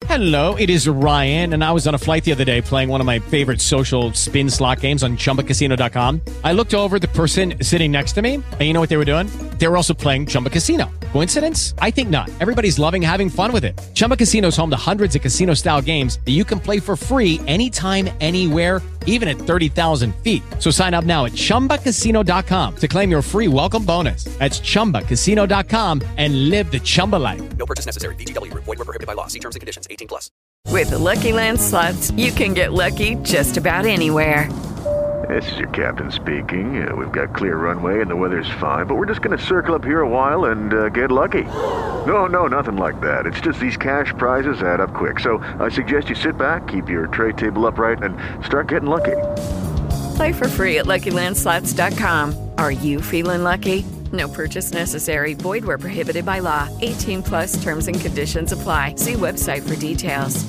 Hello, it is Ryan, and I was on a flight the other day playing one of my favorite social spin slot games on ChumbaCasino.com. I looked over at the person sitting next to me, and you know what they were doing? They were also playing Chumba Casino. Coincidence? I think not. Everybody's loving having fun with it. Chumba Casino is home to hundreds of casino-style games that you can play for free anytime, anywhere, even at 30,000 feet. So sign up now at ChumbaCasino.com to claim your free welcome bonus. That's ChumbaCasino.com and live the Chumba life. No purchase necessary. VGW. Void were prohibited by law. See terms and conditions. 18+. With the Lucky Land Slots, you can get lucky just about anywhere. This is your captain speaking. We've got clear runway and the weather's fine, but we're just going to circle up here a while and get lucky. No, nothing like that. It's just these cash prizes add up quick. So I suggest you sit back, keep your tray table upright, and start getting lucky. Play for free at LuckyLandSlots.com. Are you feeling lucky? No purchase necessary. Void where prohibited by law. 18+ terms and conditions apply. See website for details.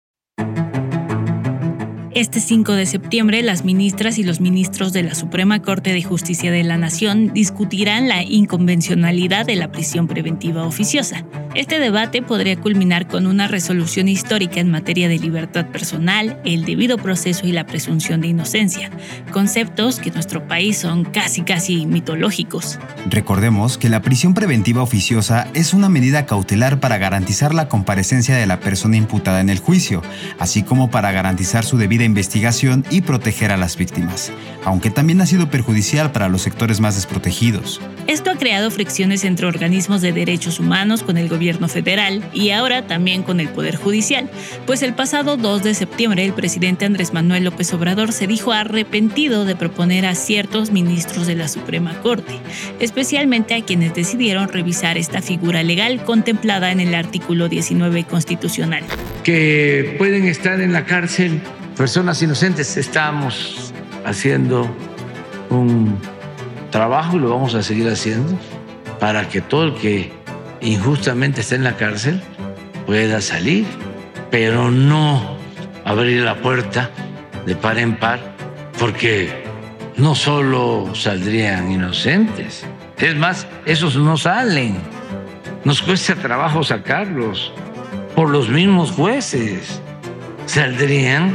Este 5 de septiembre, las ministras y los ministros de la Suprema Corte de Justicia de la Nación discutirán la inconvencionalidad de la prisión preventiva oficiosa. Este debate podría culminar con una resolución histórica en materia de libertad personal, el debido proceso y la presunción de inocencia, conceptos que en nuestro país son casi mitológicos. Recordemos que la prisión preventiva oficiosa es una medida cautelar para garantizar la comparecencia de la persona imputada en el juicio, así como para garantizar su debida investigación y proteger a las víctimas, aunque también ha sido perjudicial para los sectores más desprotegidos. Esto ha creado fricciones entre organismos de derechos humanos con el gobierno federal y ahora también con el Poder Judicial, pues el pasado 2 de septiembre el presidente Andrés Manuel López Obrador se dijo arrepentido de proponer a ciertos ministros de la Suprema Corte, especialmente a quienes decidieron revisar esta figura legal contemplada en el artículo 19 constitucional. Que pueden estar en la cárcel personas inocentes. Estamos haciendo un trabajo y lo vamos a seguir haciendo para que todo el que injustamente está en la cárcel pueda salir, pero no abrir la puerta de par en par, porque no solo saldrían inocentes, es más, esos no salen, nos cuesta trabajo sacarlos por los mismos jueces, saldrían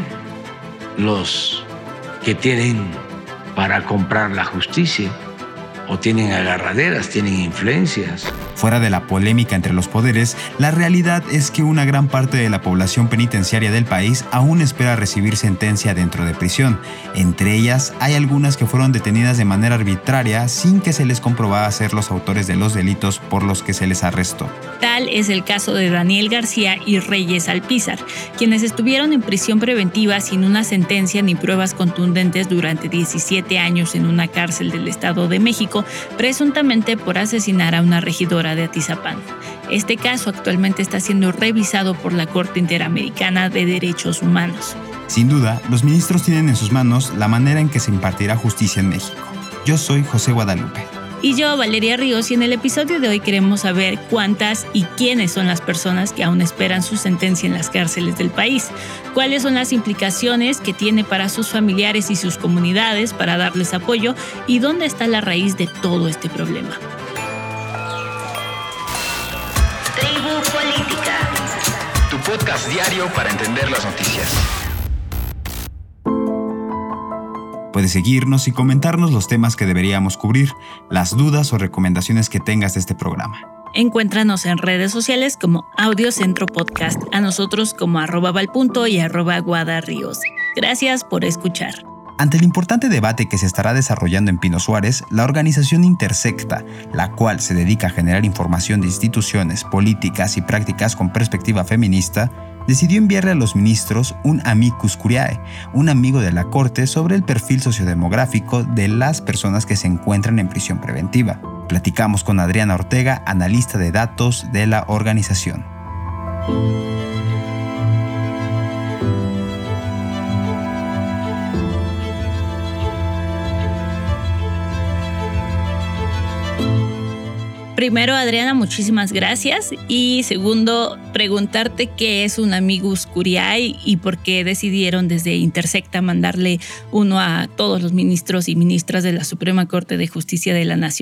los que tienen para comprar la justicia o tienen agarraderas, tienen influencias. Fuera de la polémica entre los poderes, la realidad es que una gran parte de la población penitenciaria del país aún espera recibir sentencia dentro de prisión. Entre ellas, hay algunas que fueron detenidas de manera arbitraria sin que se les comprobara ser los autores de los delitos por los que se les arrestó. Tal es el caso de Daniel García y Reyes Alpizar, quienes estuvieron en prisión preventiva sin una sentencia ni pruebas contundentes durante 17 años en una cárcel del Estado de México, presuntamente por asesinar a una regidora de Atizapán. Este caso actualmente está siendo revisado por la Corte Interamericana de Derechos Humanos. Sin duda, los ministros tienen en sus manos la manera en que se impartirá justicia en México. Yo soy José Guadalupe. Y yo, Valeria Ríos, y en el episodio de hoy queremos saber cuántas y quiénes son las personas que aún esperan su sentencia en las cárceles del país, cuáles son las implicaciones que tiene para sus familiares y sus comunidades para darles apoyo y dónde está la raíz de todo este problema. Tribu Política, tu podcast diario para entender las noticias. Puedes seguirnos y comentarnos los temas que deberíamos cubrir, las dudas o recomendaciones que tengas de este programa. Encuéntranos en redes sociales como Audiocentro Podcast, a nosotros como @valpunto y @guadarríos. Gracias por escuchar. Ante el importante debate que se estará desarrollando en Pino Suárez, la organización Intersecta, la cual se dedica a generar información de instituciones, políticas y prácticas con perspectiva feminista, decidió enviarle a los ministros un amicus curiae, un amigo de la Corte, sobre el perfil sociodemográfico de las personas que se encuentran en prisión preventiva. Platicamos con Adriana Ortega, analista de datos de la organización. Primero, Adriana, muchísimas gracias. Y segundo, preguntarte qué es un amicus curiae y por qué decidieron desde Intersecta mandarle uno a todos los ministros y ministras de la Suprema Corte de Justicia de la Nación.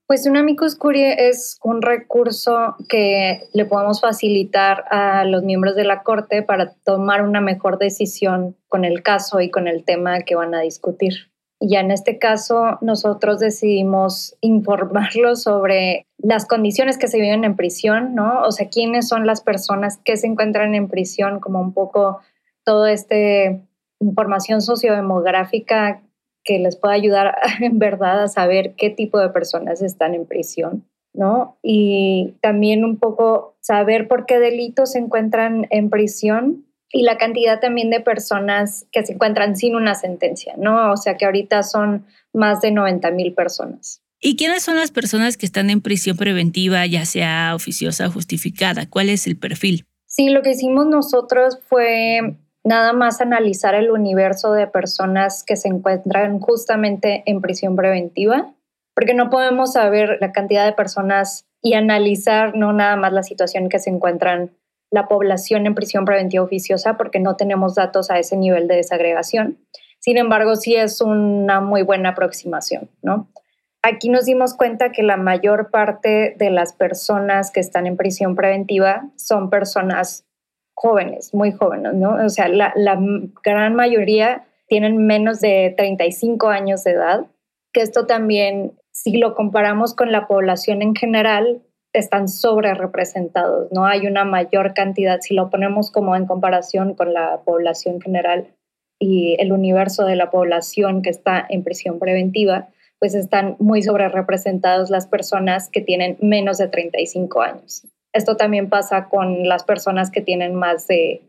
Pues un amicus curiae es un recurso que le podemos facilitar a los miembros de la Corte para tomar una mejor decisión con el caso y con el tema que van a discutir. Y ya en este caso, nosotros decidimos informarlos sobre las condiciones que se viven en prisión, ¿no? O sea, quiénes son las personas que se encuentran en prisión, como un poco toda esta información sociodemográfica que les pueda ayudar en verdad a saber qué tipo de personas están en prisión, ¿no? Y también un poco saber por qué delitos se encuentran en prisión y la cantidad también de personas que se encuentran sin una sentencia, ¿no? O sea que ahorita son más de 90,000 personas. ¿Y quiénes son las personas que están en prisión preventiva, ya sea oficiosa o justificada? ¿Cuál es el perfil? Sí, lo que hicimos nosotros fue nada más analizar el universo de personas que se encuentran justamente en prisión preventiva, porque no podemos saber la cantidad de personas y analizar no nada más la situación en que se encuentran la población en prisión preventiva oficiosa, porque no tenemos datos a ese nivel de desagregación. Sin embargo, sí es una muy buena aproximación, ¿no? Aquí nos dimos cuenta que la mayor parte de las personas que están en prisión preventiva son personas jóvenes, muy jóvenes, ¿no? O sea, la gran mayoría tienen menos de 35 años de edad, que esto también, si lo comparamos con la población en general, están sobre representados, ¿no? Hay una mayor cantidad, si lo ponemos como en comparación con la población general y el universo de la población que está en prisión preventiva, pues están muy sobre representados las personas que tienen menos de 35 años. Esto también pasa con las personas que tienen más de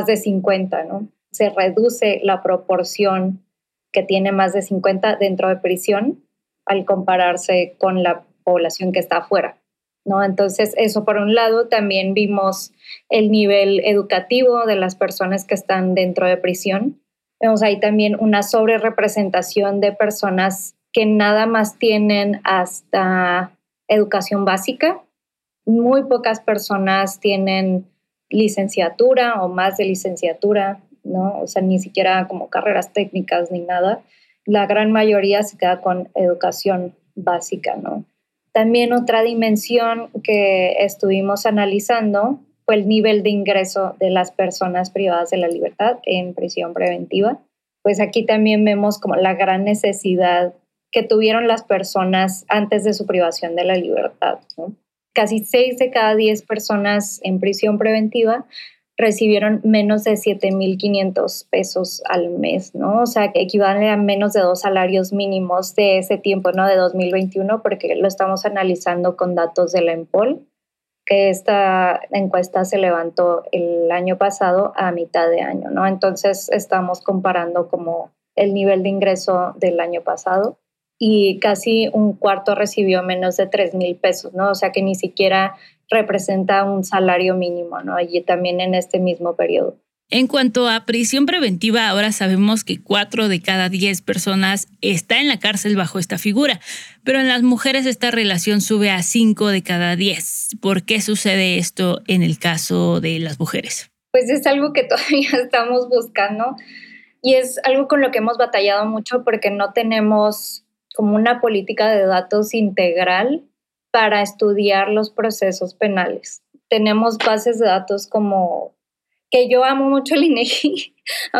50, ¿no? Se reduce la proporción que tiene más de 50 dentro de prisión al compararse con la población que está afuera, ¿no? Entonces, eso por un lado. También vimos el nivel educativo de las personas que están dentro de prisión. Vemos ahí también una sobrerepresentación de personas que nada más tienen hasta educación básica. Muy pocas personas tienen licenciatura o más de licenciatura, ¿no? O sea, ni siquiera como carreras técnicas ni nada. La gran mayoría se queda con educación básica, ¿no? También otra dimensión que estuvimos analizando fue el nivel de ingreso de las personas privadas de la libertad en prisión preventiva. Pues aquí también vemos como la gran necesidad que tuvieron las personas antes de su privación de la libertad, ¿no? Casi 6 de cada 10 personas en prisión preventiva recibieron menos de 7,500 pesos al mes, ¿no? O sea, que equivale a menos de 2 salarios mínimos de ese tiempo, ¿no? De 2021, porque lo estamos analizando con datos de la EMPOL, que esta encuesta se levantó el año pasado a mitad de año, ¿no? Entonces estamos comparando como el nivel de ingreso del año pasado y casi un cuarto recibió menos de 3,000 pesos, ¿no? O sea que ni siquiera representa un salario mínimo, ¿no? Y también en este mismo periodo. En cuanto a prisión preventiva, ahora sabemos que 4 de cada 10 personas está en la cárcel bajo esta figura, pero en las mujeres esta relación sube a 5 de cada 10. ¿Por qué sucede esto en el caso de las mujeres? Pues es algo que todavía estamos buscando y es algo con lo que hemos batallado mucho porque no tenemos como una política de datos integral para estudiar los procesos penales. Tenemos bases de datos como que yo amo mucho el INEGI,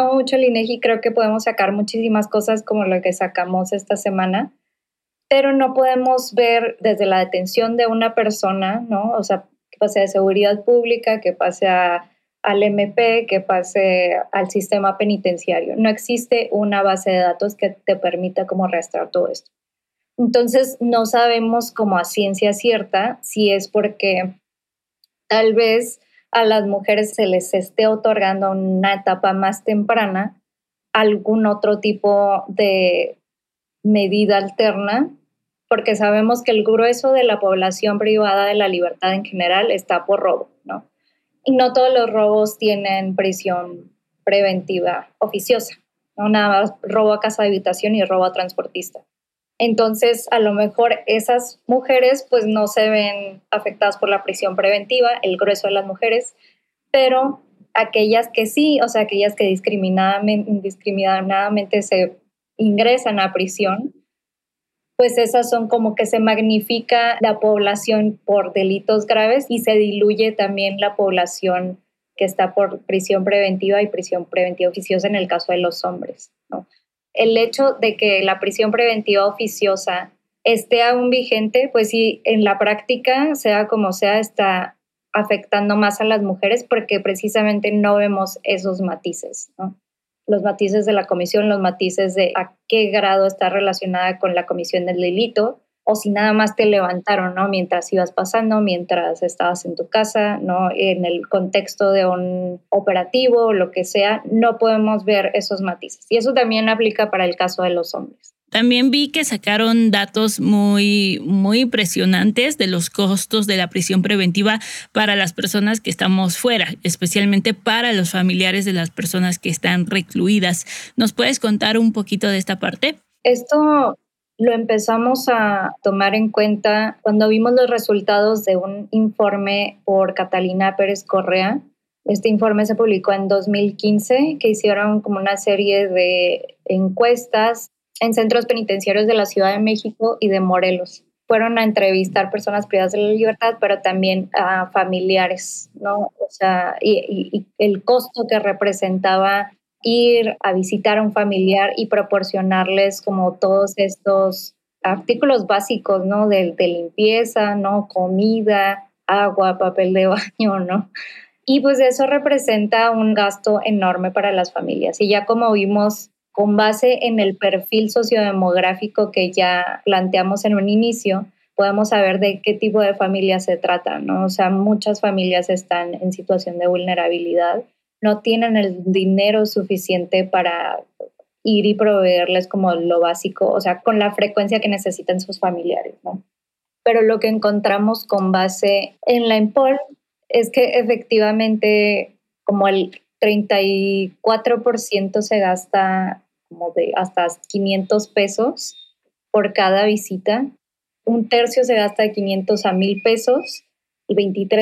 creo que podemos sacar muchísimas cosas como lo que sacamos esta semana, pero no podemos ver desde la detención de una persona, ¿no? O sea, que pase de seguridad pública, que pase al MP, que pase al sistema penitenciario. No existe una base de datos que te permita como rastrear todo esto. Entonces, no sabemos como a ciencia cierta si es porque tal vez a las mujeres se les esté otorgando en una etapa más temprana algún otro tipo de medida alterna, porque sabemos que el grueso de la población privada de la libertad en general está por robo, ¿no? Y no todos los robos tienen prisión preventiva oficiosa, ¿no? Nada más robo a casa de habitación y robo a transportista. Entonces, a lo mejor esas mujeres pues no se ven afectadas por la prisión preventiva, el grueso de las mujeres, pero aquellas que sí, o sea, aquellas que indiscriminadamente se ingresan a prisión, pues esas son como que se magnifica la población por delitos graves y se diluye también la población que está por prisión preventiva y prisión preventiva oficiosa en el caso de los hombres, ¿no? El hecho de que la prisión preventiva oficiosa esté aún vigente, pues sí, en la práctica, sea como sea, está afectando más a las mujeres porque precisamente no vemos esos matices, ¿no? Los matices de la comisión, los matices de a qué grado está relacionada con la comisión del delito, o si nada más te levantaron, ¿no? Mientras ibas pasando, mientras estabas en tu casa, ¿no? En el contexto de un operativo, lo que sea, no podemos ver esos matices. Y eso también aplica para el caso de los hombres. También vi que sacaron datos muy, muy impresionantes de los costos de la prisión preventiva para las personas que estamos fuera, especialmente para los familiares de las personas que están recluidas. ¿Nos puedes contar un poquito de esta parte? Esto lo empezamos a tomar en cuenta cuando vimos los resultados de un informe por Catalina Pérez Correa. Este informe se publicó en 2015, que hicieron como una serie de encuestas en centros penitenciarios de la Ciudad de México y de Morelos. Fueron a entrevistar personas privadas de la libertad, pero también a familiares, ¿no? O sea, y el costo que representaba ir a visitar a un familiar y proporcionarles como todos estos artículos básicos, ¿no? De limpieza, ¿no? Comida, agua, papel de baño, ¿no? Y pues eso representa un gasto enorme para las familias. Y ya como vimos, con base en el perfil sociodemográfico que ya planteamos en un inicio, podemos saber de qué tipo de familias se trata, ¿no? O sea, muchas familias están en situación de vulnerabilidad, no tienen el dinero suficiente para ir y proveerles como lo básico, o sea, con la frecuencia que necesitan sus familiares, ¿no? Pero lo que encontramos con base en la EMPOL es que efectivamente como el 34% se gasta como de hasta 500 pesos por cada visita, un tercio se gasta de 500 a 1,000 pesos, el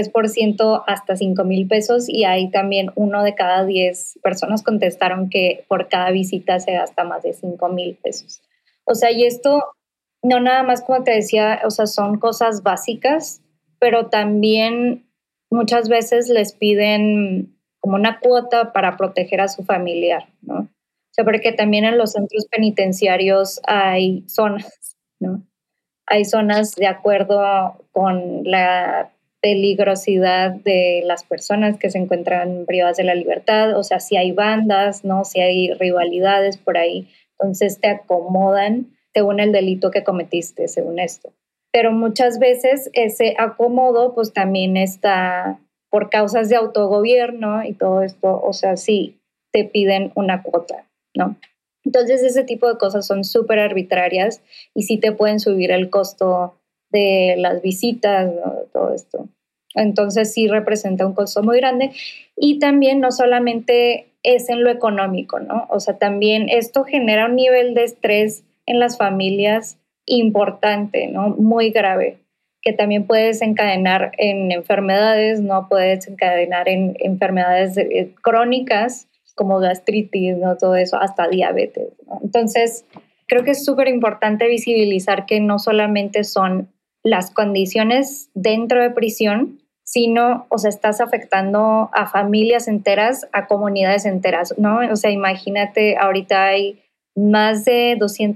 23% hasta 5,000 pesos, y ahí también 1 de cada 10 personas contestaron que por cada visita se gasta más de 5,000 pesos. O sea, y esto no nada más, como te decía, o sea, son cosas básicas, pero también muchas veces les piden como una cuota para proteger a su familiar, ¿no? O sea, porque también en los centros penitenciarios hay zonas, ¿no? Hay zonas de acuerdo con la peligrosidad de las personas que se encuentran privadas de la libertad, o sea, si hay bandas, ¿no? Si hay rivalidades por ahí, entonces te acomodan según el delito que cometiste, según esto. Pero muchas veces ese acomodo pues también está por causas de autogobierno y todo esto, o sea, sí te piden una cuota, ¿no? Entonces ese tipo de cosas son súper arbitrarias y sí te pueden subir el costo de las visitas, ¿no? Todo esto. Entonces sí representa un costo muy grande y también no solamente es en lo económico, ¿no? O sea, también esto genera un nivel de estrés en las familias importante, ¿no? Muy grave, que también puede desencadenar en enfermedades, ¿no? Puede desencadenar en enfermedades crónicas como gastritis, ¿no? Todo eso, hasta diabetes, ¿no? Entonces, creo que es súper importante visibilizar que no solamente son las condiciones dentro de prisión, sino, o sea, estás afectando a familias enteras, a comunidades enteras, ¿no? O sea, imagínate, ahorita hay más de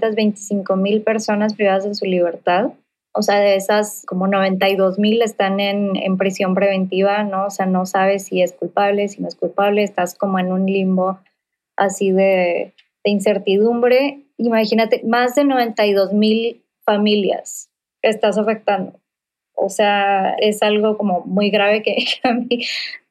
225,000 personas privadas de su libertad. O sea, de esas, como 92,000 están en prisión preventiva, ¿no? O sea, no sabes si es culpable, si no es culpable, estás como en un limbo así de incertidumbre. Imagínate, más de 92,000 familias estás afectando. O sea, es algo como muy grave que a mí,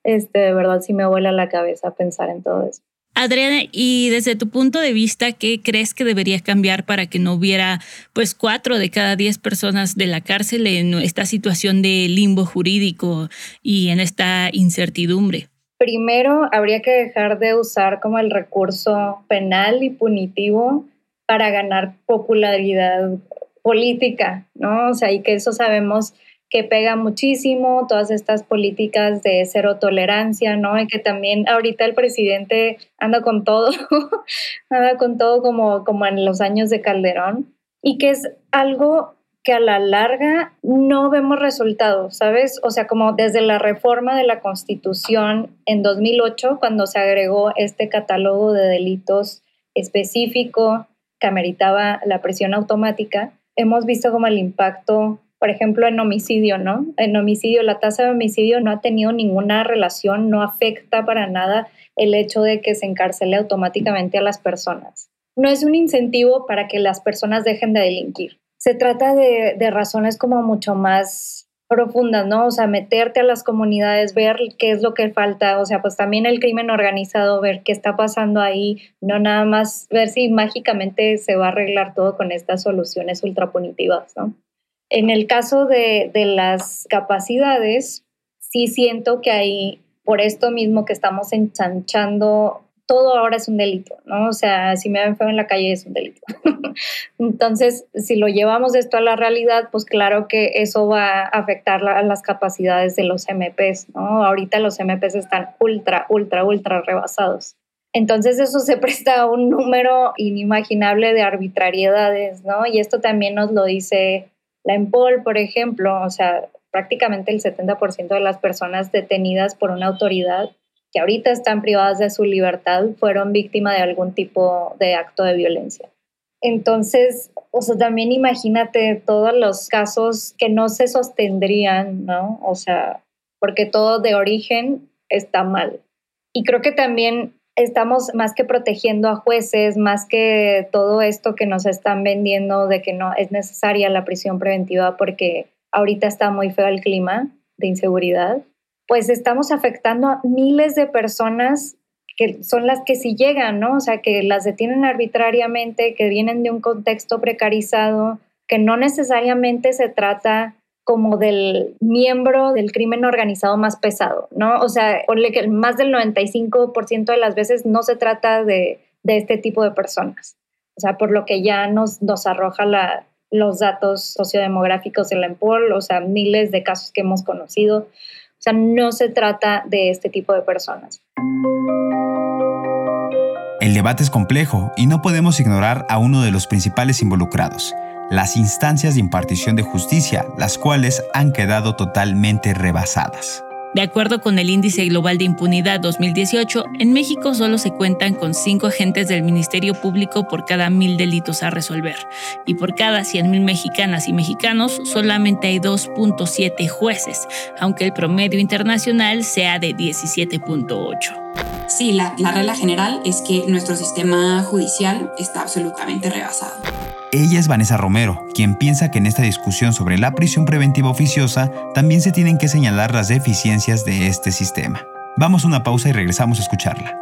de verdad, sí me vuela la cabeza pensar en todo eso. Adriana, y desde tu punto de vista, ¿qué crees que debería cambiar para que no hubiera pues 4 de cada 10 personas de la cárcel en esta situación de limbo jurídico y en esta incertidumbre? Primero, habría que dejar de usar como el recurso penal y punitivo para ganar popularidad política, ¿no? O sea, y que eso sabemos que pega muchísimo, todas estas políticas de cero tolerancia, ¿no? Y que también ahorita el presidente anda con todo, anda con todo como en los años de Calderón. y que es algo que a la larga no vemos resultados, ¿sabes? O sea, como desde la reforma de la Constitución en 2008, cuando se agregó este catálogo de delitos específico que ameritaba la prisión automática, hemos visto como el impacto, por ejemplo, en homicidio, ¿no? En homicidio, la tasa de homicidio no ha tenido ninguna relación, no afecta para nada el hecho de que se encarcele automáticamente a las personas. No es un incentivo para que las personas dejen de delinquir. Se trata de razones como mucho más profundas, ¿no? O sea, meterte a las comunidades, ver qué es lo que falta, o sea, pues también el crimen organizado, ver qué está pasando ahí, no nada más ver si mágicamente se va a arreglar todo con estas soluciones ultrapunitivas, ¿no? En el caso de las capacidades, sí siento que ahí, por esto mismo que estamos ensanchando, todo ahora es un delito, ¿no? O sea, si me ven feo en la calle es un delito. Entonces, si lo llevamos esto a la realidad, pues claro que eso va a afectar a las capacidades de los MPs, ¿no? Ahorita los MPs están ultra rebasados. Entonces eso se presta a un número inimaginable de arbitrariedades, ¿no? Y esto también nos lo dice la EMPOL, por ejemplo, o sea, prácticamente el 70% de las personas detenidas por una autoridad que ahorita están privadas de su libertad fueron víctimas de algún tipo de acto de violencia. Entonces, o sea, también imagínate todos los casos que no se sostendrían, ¿no? O sea, porque todo de origen está mal. Y creo que también estamos más que protegiendo a jueces, más que todo esto que nos están vendiendo de que no es necesaria la prisión preventiva porque ahorita está muy feo el clima de inseguridad, pues estamos afectando a miles de personas que son las que sí llegan, ¿no? O sea, que las detienen arbitrariamente, que vienen de un contexto precarizado, que no necesariamente se trata como del miembro del crimen organizado más pesado, ¿no? O sea, ponle que más del 95% de las veces no se trata de este tipo de personas. O sea, por lo que ya nos arroja los datos sociodemográficos de la EMPOL, o sea, miles de casos que hemos conocido. O sea, no se trata de este tipo de personas. El debate es complejo y no podemos ignorar a uno de los principales involucrados, las instancias de impartición de justicia, las cuales han quedado totalmente rebasadas. De acuerdo con el Índice Global de Impunidad 2018, en México solo se cuentan con 5 agentes del Ministerio Público por cada 1,000 delitos a resolver. Y por cada 100,000 mexicanas y mexicanos, solamente hay 2.7 jueces, aunque el promedio internacional sea de 17.8. Sí, la regla general es que nuestro sistema judicial está absolutamente rebasado. Ella es Vanessa Romero, quien piensa que en esta discusión sobre la prisión preventiva oficiosa también se tienen que señalar las deficiencias de este sistema. Vamos a una pausa y regresamos a escucharla.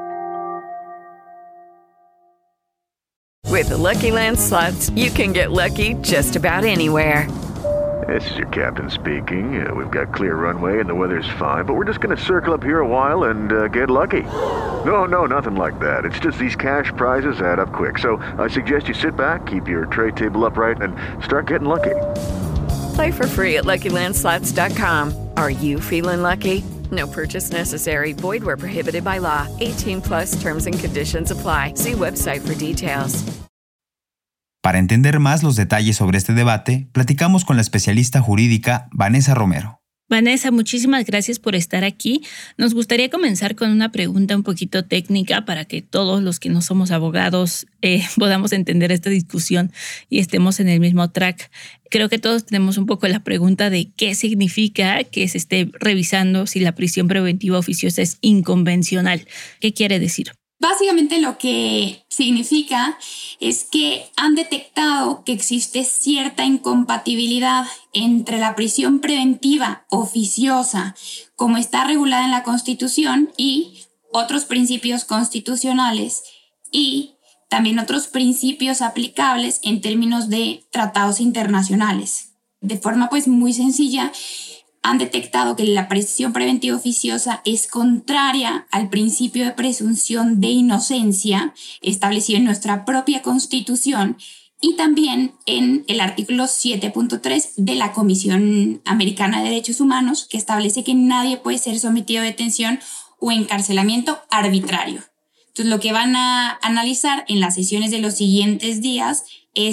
With the Lucky Land Slots, you can get lucky just about anywhere. This is your captain speaking. We've got clear runway and the weather's fine, but we're just going to circle up here a while and get lucky. No, nothing like that. It's just these cash prizes add up quick. So I suggest you sit back, keep your tray table upright, and start getting lucky. Play for free at LuckyLandSlots.com. Are you feeling lucky? No purchase necessary. Void where prohibited by law. 18+ terms and conditions apply. See website for details. Para entender más los detalles sobre este debate, platicamos con la especialista jurídica Vanessa Romero. Vanessa, muchísimas gracias por estar aquí. Nos gustaría comenzar con una pregunta un poquito técnica para que todos los que no somos abogados podamos entender esta discusión y estemos en el mismo track. Creo que todos tenemos un poco la pregunta de qué significa que se esté revisando si la prisión preventiva oficiosa es inconvencional. ¿Qué quiere decir? Básicamente lo que significa es que han detectado que existe cierta incompatibilidad entre la prisión preventiva oficiosa, como está regulada en la Constitución, y otros principios constitucionales y también otros principios aplicables en términos de tratados internacionales. De forma muy sencilla, han detectado que la prisión preventiva oficiosa es contraria al principio de presunción de inocencia establecido en nuestra propia Constitución y también en el artículo 7.3 de la Comisión Americana de Derechos Humanos, que establece que nadie puede ser sometido a detención o encarcelamiento arbitrario. Entonces, lo que van a analizar en las sesiones de los siguientes días es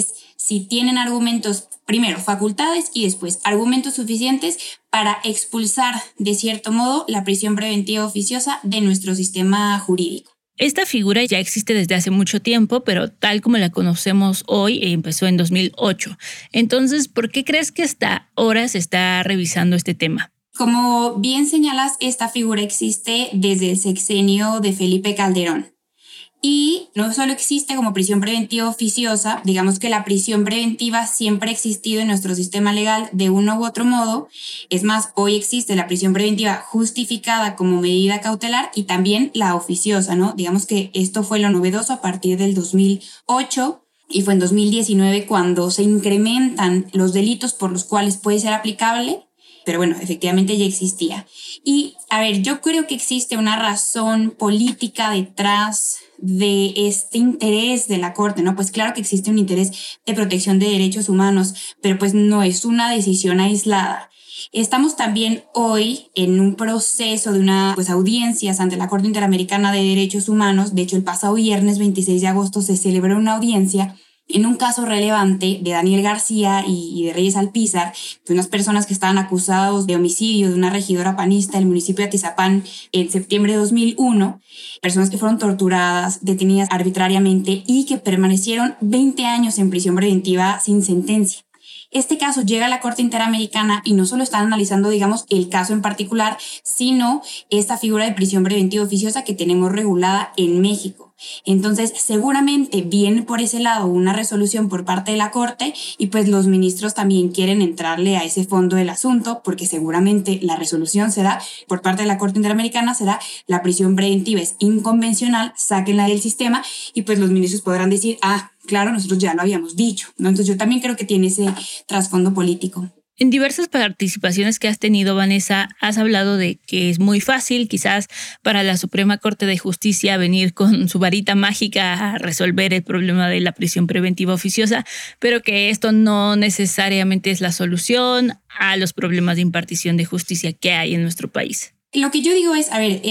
si tienen argumentos, primero facultades y después argumentos suficientes para expulsar de cierto modo la prisión preventiva oficiosa de nuestro sistema jurídico. Esta figura ya existe desde hace mucho tiempo, pero tal como la conocemos hoy, empezó en 2008. Entonces, ¿por qué crees que hasta ahora se está revisando este tema? Como bien señalas, esta figura existe desde el sexenio de Felipe Calderón. Y no solo existe como prisión preventiva oficiosa, digamos que la prisión preventiva siempre ha existido en nuestro sistema legal de uno u otro modo. Es más, hoy existe la prisión preventiva justificada como medida cautelar y también la oficiosa, ¿no? Digamos que esto fue lo novedoso a partir del 2008 y fue en 2019 cuando se incrementan los delitos por los cuales puede ser aplicable. Pero bueno, efectivamente ya existía. Y a ver, yo creo que existe una razón política detrás de este interés de la Corte, ¿no? Pues claro que existe un interés de protección de derechos humanos, pero pues no es una decisión aislada. Estamos también hoy en un proceso de audiencias ante la Corte Interamericana de Derechos Humanos. De hecho, el pasado viernes 26 de agosto se celebró una audiencia en un caso relevante de Daniel García y de Reyes Alpizar, de unas personas que estaban acusados de homicidio de una regidora panista del municipio de Atizapán en septiembre de 2001, personas que fueron torturadas, detenidas arbitrariamente y que permanecieron 20 años en prisión preventiva sin sentencia. Este caso llega a la Corte Interamericana y no solo están analizando, digamos, el caso en particular, sino esta figura de prisión preventiva oficiosa que tenemos regulada en México. Entonces, seguramente viene por ese lado una resolución por parte de la Corte y pues los ministros también quieren entrarle a ese fondo del asunto porque seguramente la resolución será, por parte de la Corte Interamericana, será la prisión preventiva es inconvencional, sáquenla del sistema y pues los ministros podrán decir, claro, nosotros ya lo habíamos dicho, ¿no? Entonces yo también creo que tiene ese trasfondo político. En diversas participaciones que has tenido, Vanessa, has hablado de que es muy fácil quizás para la Suprema Corte de Justicia venir con su varita mágica a resolver el problema de la prisión preventiva oficiosa, pero que esto no necesariamente es la solución a los problemas de impartición de justicia que hay en nuestro país. Lo que yo digo es,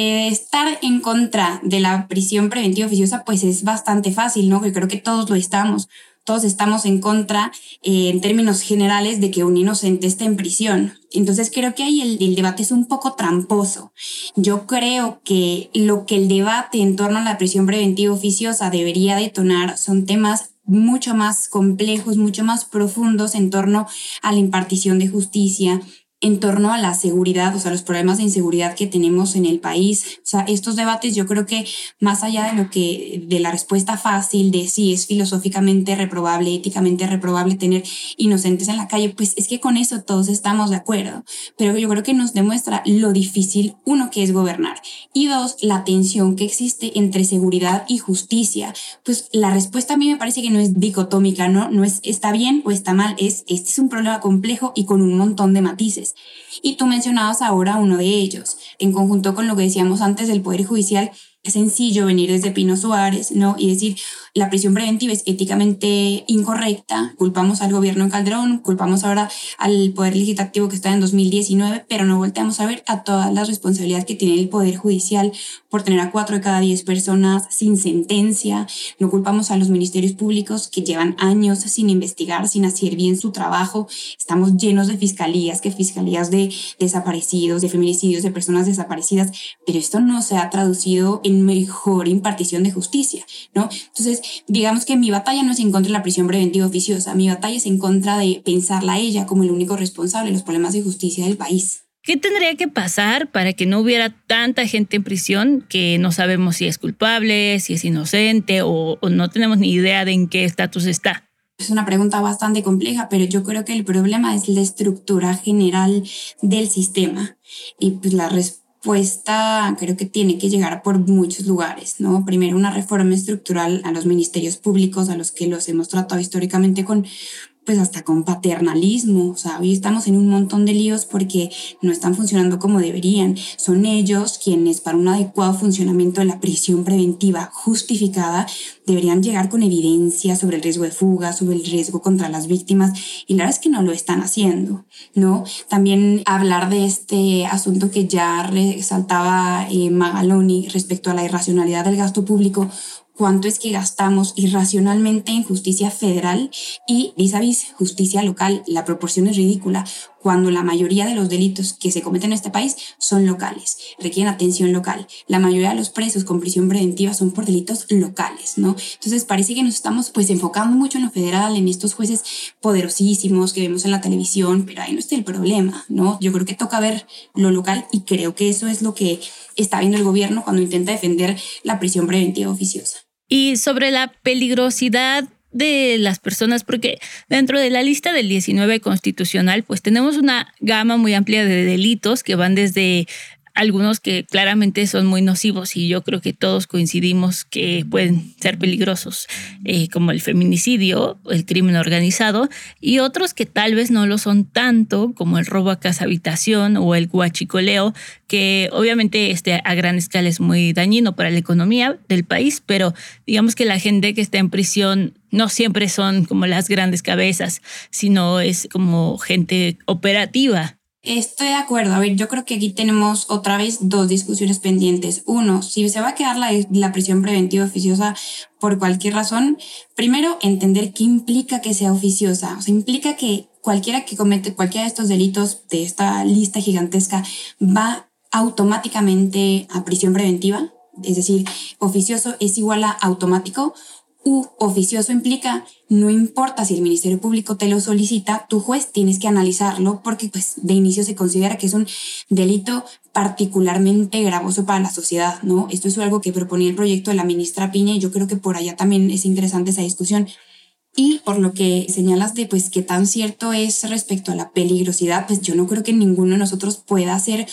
estar en contra de la prisión preventiva oficiosa pues es bastante fácil, ¿no? Yo creo que todos lo estamos. Todos estamos en contra, en términos generales, de que un inocente esté en prisión. Entonces creo que ahí el debate es un poco tramposo. Yo creo que lo que el debate en torno a la prisión preventiva oficiosa debería detonar son temas mucho más complejos, mucho más profundos en torno a la impartición de justicia, en torno a la seguridad, o sea, los problemas de inseguridad que tenemos en el país. O sea, estos debates yo creo que más allá de la respuesta fácil de si es filosóficamente reprobable, éticamente reprobable tener inocentes en la calle, pues es que con eso todos estamos de acuerdo. Pero yo creo que nos demuestra lo difícil, uno, que es gobernar, y dos, la tensión que existe entre seguridad y justicia. Pues la respuesta a mí me parece que no es dicotómica, no es está bien o está mal, este es un problema complejo y con un montón de matices. Y tú mencionabas ahora uno de ellos, en conjunto con lo que decíamos antes del Poder Judicial. Es sencillo venir desde Pino Suárez, ¿no? Y decir, la prisión preventiva es éticamente incorrecta, culpamos al gobierno de Calderón, culpamos ahora al Poder Legislativo que está en 2019, pero no volteamos a ver a todas las responsabilidades que tiene el Poder Judicial por tener a 4 de cada 10 personas sin sentencia, no culpamos a los ministerios públicos que llevan años sin investigar, sin hacer bien su trabajo. Estamos llenos de fiscalías de desaparecidos, de feminicidios, de personas desaparecidas, pero esto no se ha traducido en mejor impartición de justicia, ¿no? Entonces, digamos que mi batalla no es en contra de la prisión preventiva oficiosa, mi batalla es en contra de pensarla a ella como el único responsable de los problemas de justicia del país. ¿Qué tendría que pasar para que no hubiera tanta gente en prisión que no sabemos si es culpable, si es inocente o no tenemos ni idea de en qué estatus está? Es una pregunta bastante compleja, pero yo creo que el problema es la estructura general del sistema y pues la respuesta creo que tiene que llegar por muchos lugares, ¿no? Primero, una reforma estructural a los ministerios públicos, a los que los hemos tratado históricamente pues hasta con paternalismo. O sea, hoy estamos en un montón de líos porque no están funcionando como deberían. Son ellos quienes, para un adecuado funcionamiento de la prisión preventiva justificada, deberían llegar con evidencia sobre el riesgo de fuga, sobre el riesgo contra las víctimas, y la verdad es que no lo están haciendo, ¿no? También hablar de este asunto que ya resaltaba Magaloni respecto a la irracionalidad del gasto público. cuánto es que gastamos irracionalmente en justicia federal y vis-a-vis justicia local. La proporción es ridícula cuando la mayoría de los delitos que se cometen en este país son locales, requieren atención local. La mayoría de los presos con prisión preventiva son por delitos locales, ¿no? Entonces parece que nos estamos pues enfocando mucho en lo federal, en estos jueces poderosísimos que vemos en la televisión, pero ahí no está el problema, ¿no? Yo creo que toca ver lo local y creo que eso es lo que está viendo el gobierno cuando intenta defender la prisión preventiva oficiosa. Y sobre la peligrosidad de las personas, porque dentro de la lista del 19 constitucional, pues tenemos una gama muy amplia de delitos que van desde algunos que claramente son muy nocivos y yo creo que todos coincidimos que pueden ser peligrosos, como el feminicidio, el crimen organizado, y otros que tal vez no lo son tanto, como el robo a casa habitación o el huachicoleo, que obviamente a gran escala es muy dañino para la economía del país, pero digamos que la gente que está en prisión no siempre son como las grandes cabezas, sino es como gente operativa. Estoy de acuerdo. A ver, yo creo que aquí tenemos otra vez dos discusiones pendientes. Uno, si se va a quedar la prisión preventiva oficiosa por cualquier razón, primero entender qué implica que sea oficiosa. O sea, implica que cualquiera que comete cualquiera de estos delitos de esta lista gigantesca va automáticamente a prisión preventiva. Es decir, oficioso es igual a automático. Oficioso implica, no importa si el Ministerio Público te lo solicita, tu juez tienes que analizarlo porque pues de inicio se considera que es un delito particularmente gravoso para la sociedad, ¿no? Esto es algo que proponía el proyecto de la ministra Piña y yo creo que por allá también es interesante esa discusión. Y por lo que señalas de pues qué tan cierto es respecto a la peligrosidad, pues yo no creo que ninguno de nosotros pueda hacer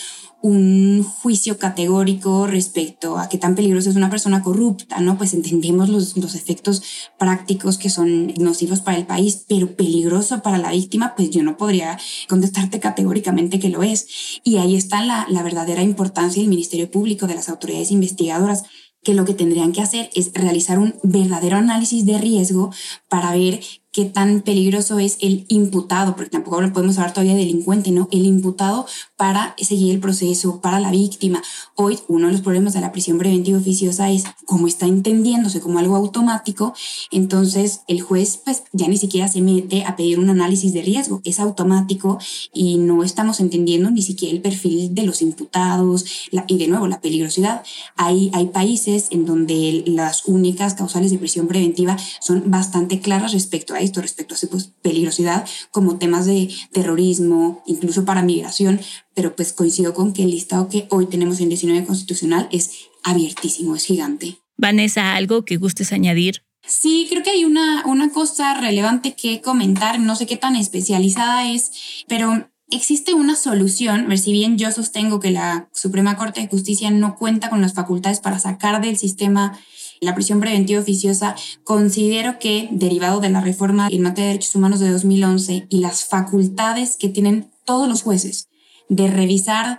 un juicio categórico respecto a qué tan peligroso es una persona corrupta, ¿no? Pues entendemos los efectos prácticos que son nocivos para el país, pero peligroso para la víctima, pues yo no podría contestarte categóricamente que lo es. Y ahí está la verdadera importancia del Ministerio Público, de las autoridades investigadoras, que lo que tendrían que hacer es realizar un verdadero análisis de riesgo para ver qué tan peligroso es el imputado, porque tampoco lo podemos hablar todavía de delincuente, ¿no? El imputado para seguir el proceso, para la víctima. Hoy uno de los problemas de la prisión preventiva oficiosa es como está entendiéndose como algo automático, entonces el juez pues ya ni siquiera se mete a pedir un análisis de riesgo, es automático y no estamos entendiendo ni siquiera el perfil de los imputados y de nuevo la peligrosidad. Hay países en donde las únicas causales de prisión preventiva son bastante claras respecto a esto, respecto a su peligrosidad, como temas de terrorismo, incluso para migración, pero pues coincido con que el listado que hoy tenemos en 19 constitucional es abiertísimo, es gigante. Vanessa, ¿algo que gustes añadir? Sí, creo que hay una cosa relevante que comentar, no sé qué tan especializada es, pero existe una solución. Si bien yo sostengo que la Suprema Corte de Justicia no cuenta con las facultades para sacar del sistema la prisión preventiva oficiosa, considero que, derivado de la reforma en materia de derechos humanos de 2011 y las facultades que tienen todos los jueces de revisar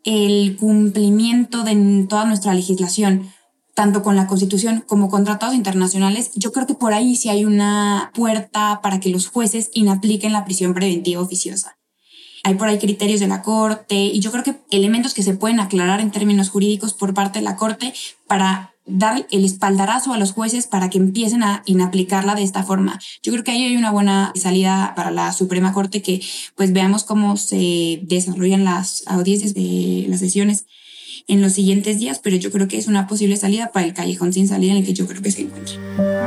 el cumplimiento de toda nuestra legislación, tanto con la Constitución como con tratados internacionales, yo creo que por ahí sí hay una puerta para que los jueces inapliquen la prisión preventiva oficiosa. Hay por ahí criterios de la Corte y yo creo que elementos que se pueden aclarar en términos jurídicos por parte de la Corte para dar el espaldarazo a los jueces para que empiecen a inaplicarla de esta forma. Yo creo que ahí hay una buena salida para la Suprema Corte, que pues veamos cómo se desarrollan las audiencias de las sesiones en los siguientes días, pero yo creo que es una posible salida para el callejón sin salida en el que yo creo que se encuentra.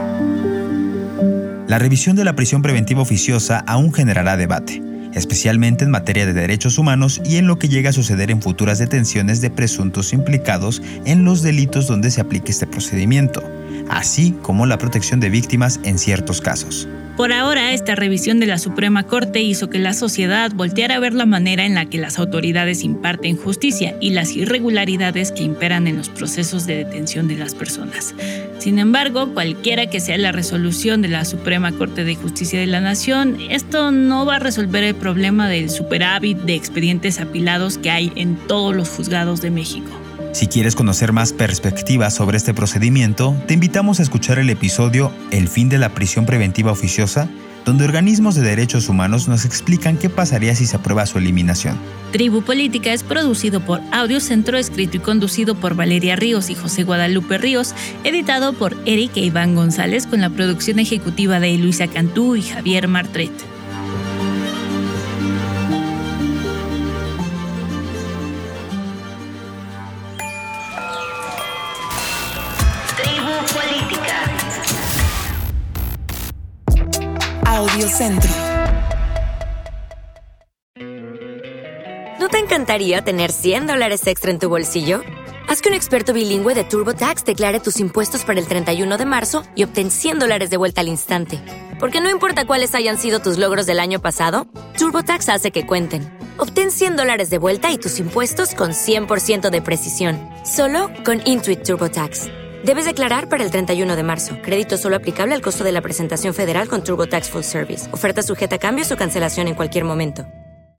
La revisión de la prisión preventiva oficiosa aún generará debate, especialmente en materia de derechos humanos y en lo que llega a suceder en futuras detenciones de presuntos implicados en los delitos donde se aplique este procedimiento, así como la protección de víctimas en ciertos casos. Por ahora, esta revisión de la Suprema Corte hizo que la sociedad volteara a ver la manera en la que las autoridades imparten justicia y las irregularidades que imperan en los procesos de detención de las personas. Sin embargo, cualquiera que sea la resolución de la Suprema Corte de Justicia de la Nación, esto no va a resolver el problema del superávit de expedientes apilados que hay en todos los juzgados de México. Si quieres conocer más perspectivas sobre este procedimiento, te invitamos a escuchar el episodio El fin de la prisión preventiva oficiosa, donde organismos de derechos humanos nos explican qué pasaría si se aprueba su eliminación. Tribu Política es producido por Audio Centro, escrito y conducido por Valeria Ríos y José Guadalupe Ríos, editado por Eric e Iván González, con la producción ejecutiva de Luisa Cantú y Javier Martret. Audiocentro. ¿No te encantaría tener $100 extra en tu bolsillo? Haz que un experto bilingüe de TurboTax declare tus impuestos para el 31 de marzo y obtén $100 de vuelta al instante. Porque no importa cuáles hayan sido tus logros del año pasado, TurboTax hace que cuenten. Obtén $100 de vuelta y tus impuestos con 100% de precisión. Solo con Intuit TurboTax. Debes declarar para el 31 de marzo. Crédito solo aplicable al costo de la presentación federal con TurboTax Full Service. Oferta sujeta a cambios o cancelación en cualquier momento.